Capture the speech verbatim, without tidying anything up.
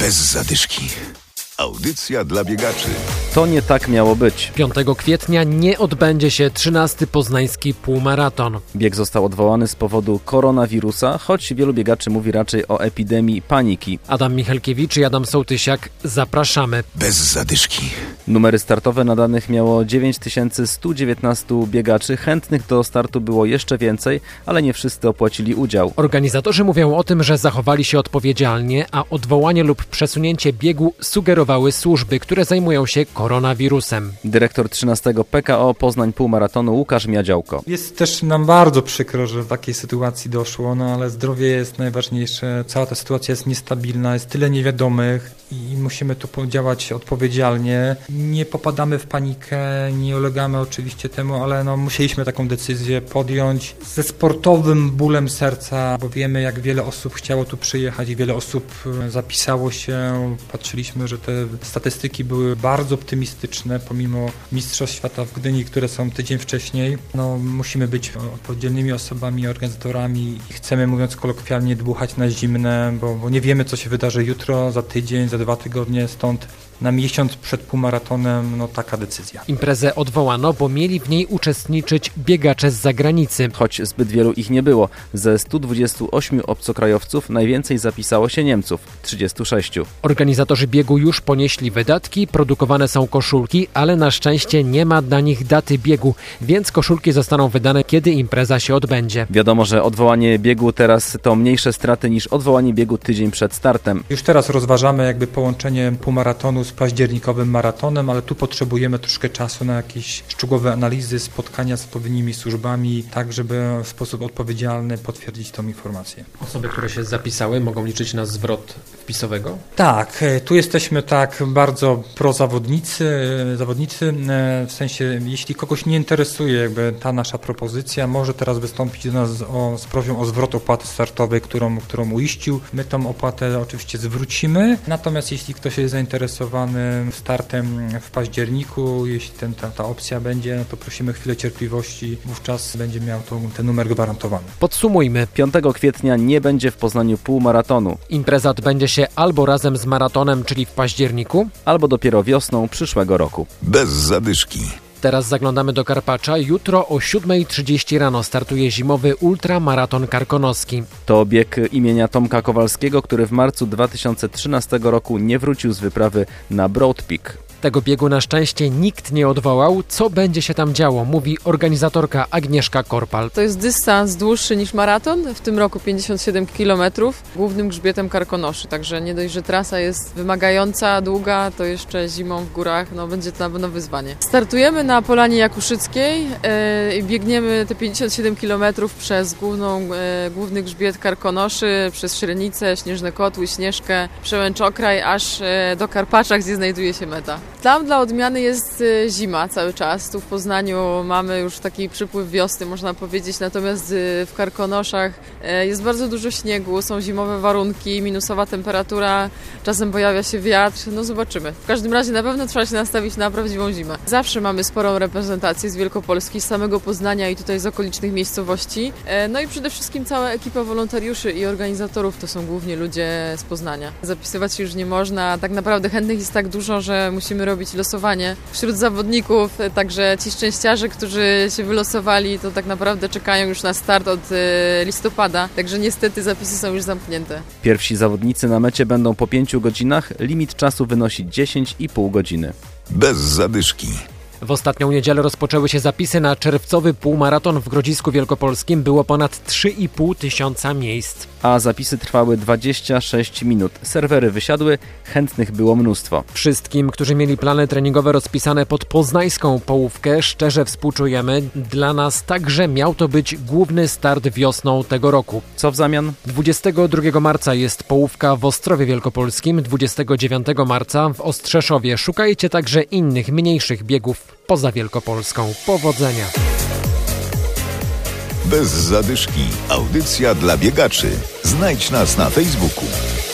Bez zadyszki. Audycja dla biegaczy. To nie tak miało być. piątego kwietnia nie odbędzie się trzynasty poznański półmaraton. Bieg został odwołany z powodu koronawirusa, choć wielu biegaczy mówi raczej o epidemii paniki. Adam Michalkiewicz i Adam Sołtysiak, zapraszamy. Bez zadyszki. Numery startowe nadanych miało dziewięć tysięcy sto dziewiętnaście biegaczy. Chętnych do startu było jeszcze więcej, ale nie wszyscy opłacili udział. Organizatorzy mówią o tym, że zachowali się odpowiedzialnie, a odwołanie lub przesunięcie biegu sugerowały służby, które zajmują się koronawirusem. Dyrektor trzynastego P K O Poznań Półmaratonu Łukasz Miadziałko. Jest też nam bardzo przykro, że do takiej sytuacji doszło, no ale zdrowie jest najważniejsze. Cała ta sytuacja jest niestabilna, jest tyle niewiadomych i musimy tu działać odpowiedzialnie. Nie popadamy w panikę, nie ulegamy oczywiście temu, ale no musieliśmy taką decyzję podjąć ze sportowym bólem serca, bo wiemy, jak wiele osób chciało tu przyjechać i wiele osób zapisało się. Patrzyliśmy, że te statystyki były bardzo optymistyczne, pomimo Mistrzostw Świata w Gdyni, które są tydzień wcześniej. No, musimy być odpowiedzialnymi osobami, organizatorami i chcemy, mówiąc kolokwialnie, dmuchać na zimne, bo, bo nie wiemy, co się wydarzy jutro, za tydzień, za dwa tygodnie, stąd na miesiąc przed półmaratonem, no taka decyzja. Imprezę odwołano, bo mieli w niej uczestniczyć biegacze z zagranicy. Choć zbyt wielu ich nie było. Ze stu dwudziestu ośmiu obcokrajowców najwięcej zapisało się Niemców, trzydziestu sześciu. Organizatorzy biegu już ponieśli wydatki, produkowane są koszulki, ale na szczęście nie ma dla nich daty biegu, więc koszulki zostaną wydane, kiedy impreza się odbędzie. Wiadomo, że odwołanie biegu teraz to mniejsze straty niż odwołanie biegu tydzień przed startem. Już teraz rozważamy jakby połączenie półmaratonu z październikowym maratonem, ale tu potrzebujemy troszkę czasu na jakieś szczegółowe analizy, spotkania z odpowiednimi służbami, tak żeby w sposób odpowiedzialny potwierdzić tą informację. Osoby, które się zapisały, mogą liczyć na zwrot wpisowego? Tak, tu jesteśmy tak bardzo prozawodnicy, zawodnicy, w sensie jeśli kogoś nie interesuje jakby ta nasza propozycja, może teraz wystąpić do nas o, z prośbą o zwrot opłaty startowej, którą, którą uiścił. My tą opłatę oczywiście zwrócimy, natomiast jeśli ktoś jest zainteresowany startem w październiku, jeśli ten, ta, ta opcja będzie, no to prosimy chwilę cierpliwości, wówczas będzie miał to, ten numer gwarantowany. Podsumujmy. piątego kwietnia nie będzie w Poznaniu półmaratonu. Impreza odbędzie się albo razem z maratonem, czyli w październiku, albo dopiero wiosną przyszłego roku. Bez zadyszki. Teraz zaglądamy do Karpacza. Jutro o siódma trzydzieści rano startuje zimowy ultramaraton karkonoski. To bieg imienia Tomka Kowalskiego, który w marcu dwa tysiące trzynastego roku nie wrócił z wyprawy na Broad Peak. Tego biegu na szczęście nikt nie odwołał. Co będzie się tam działo, mówi organizatorka Agnieszka Korpal. To jest dystans dłuższy niż maraton, w tym roku pięćdziesiąt siedem kilometrów, głównym grzbietem Karkonoszy. Także nie dość, że trasa jest wymagająca, długa, to jeszcze zimą w górach no, będzie to na pewno wyzwanie. Startujemy na Polanie Jakuszyckiej i yy, biegniemy te pięćdziesiąt siedem kilometrów przez główną, yy, główny grzbiet Karkonoszy, przez Śrenicę, Śnieżne Kotły, Śnieżkę, Przełęczokraj, aż yy, do Karpacza, gdzie znajduje się meta. Tam dla odmiany jest zima cały czas. Tu w Poznaniu mamy już taki przypływ wiosny, można powiedzieć, natomiast w Karkonoszach jest bardzo dużo śniegu, są zimowe warunki, minusowa temperatura, czasem pojawia się wiatr, no zobaczymy. W każdym razie na pewno trzeba się nastawić na prawdziwą zimę. Zawsze mamy sporą reprezentację z Wielkopolski, z samego Poznania i tutaj z okolicznych miejscowości. No i przede wszystkim cała ekipa wolontariuszy i organizatorów to są głównie ludzie z Poznania. Zapisywać się już nie można, tak naprawdę chętnych jest tak dużo, że musimy robić losowanie wśród zawodników, także ci szczęściarze, którzy się wylosowali, to tak naprawdę czekają już na start od listopada, także niestety zapisy są już zamknięte. Pierwsi zawodnicy na mecie będą po pięciu godzinach, limit czasu wynosi dziesięć i pół godziny. Bez zadyszki. W ostatnią niedzielę rozpoczęły się zapisy na czerwcowy półmaraton w Grodzisku Wielkopolskim. Było ponad trzy i pół tysiąca miejsc. A zapisy trwały dwadzieścia sześć minut. Serwery wysiadły, chętnych było mnóstwo. Wszystkim, którzy mieli plany treningowe rozpisane pod poznańską połówkę, szczerze współczujemy. Dla nas także miał to być główny start wiosną tego roku. Co w zamian? dwudziestego drugiego marca jest połówka w Ostrowie Wielkopolskim, dwudziestego dziewiątego marca w Ostrzeszowie. Szukajcie także innych, mniejszych biegów poza Wielkopolską. Powodzenia! Bez zadyszki. Audycja dla biegaczy. Znajdź nas na Facebooku.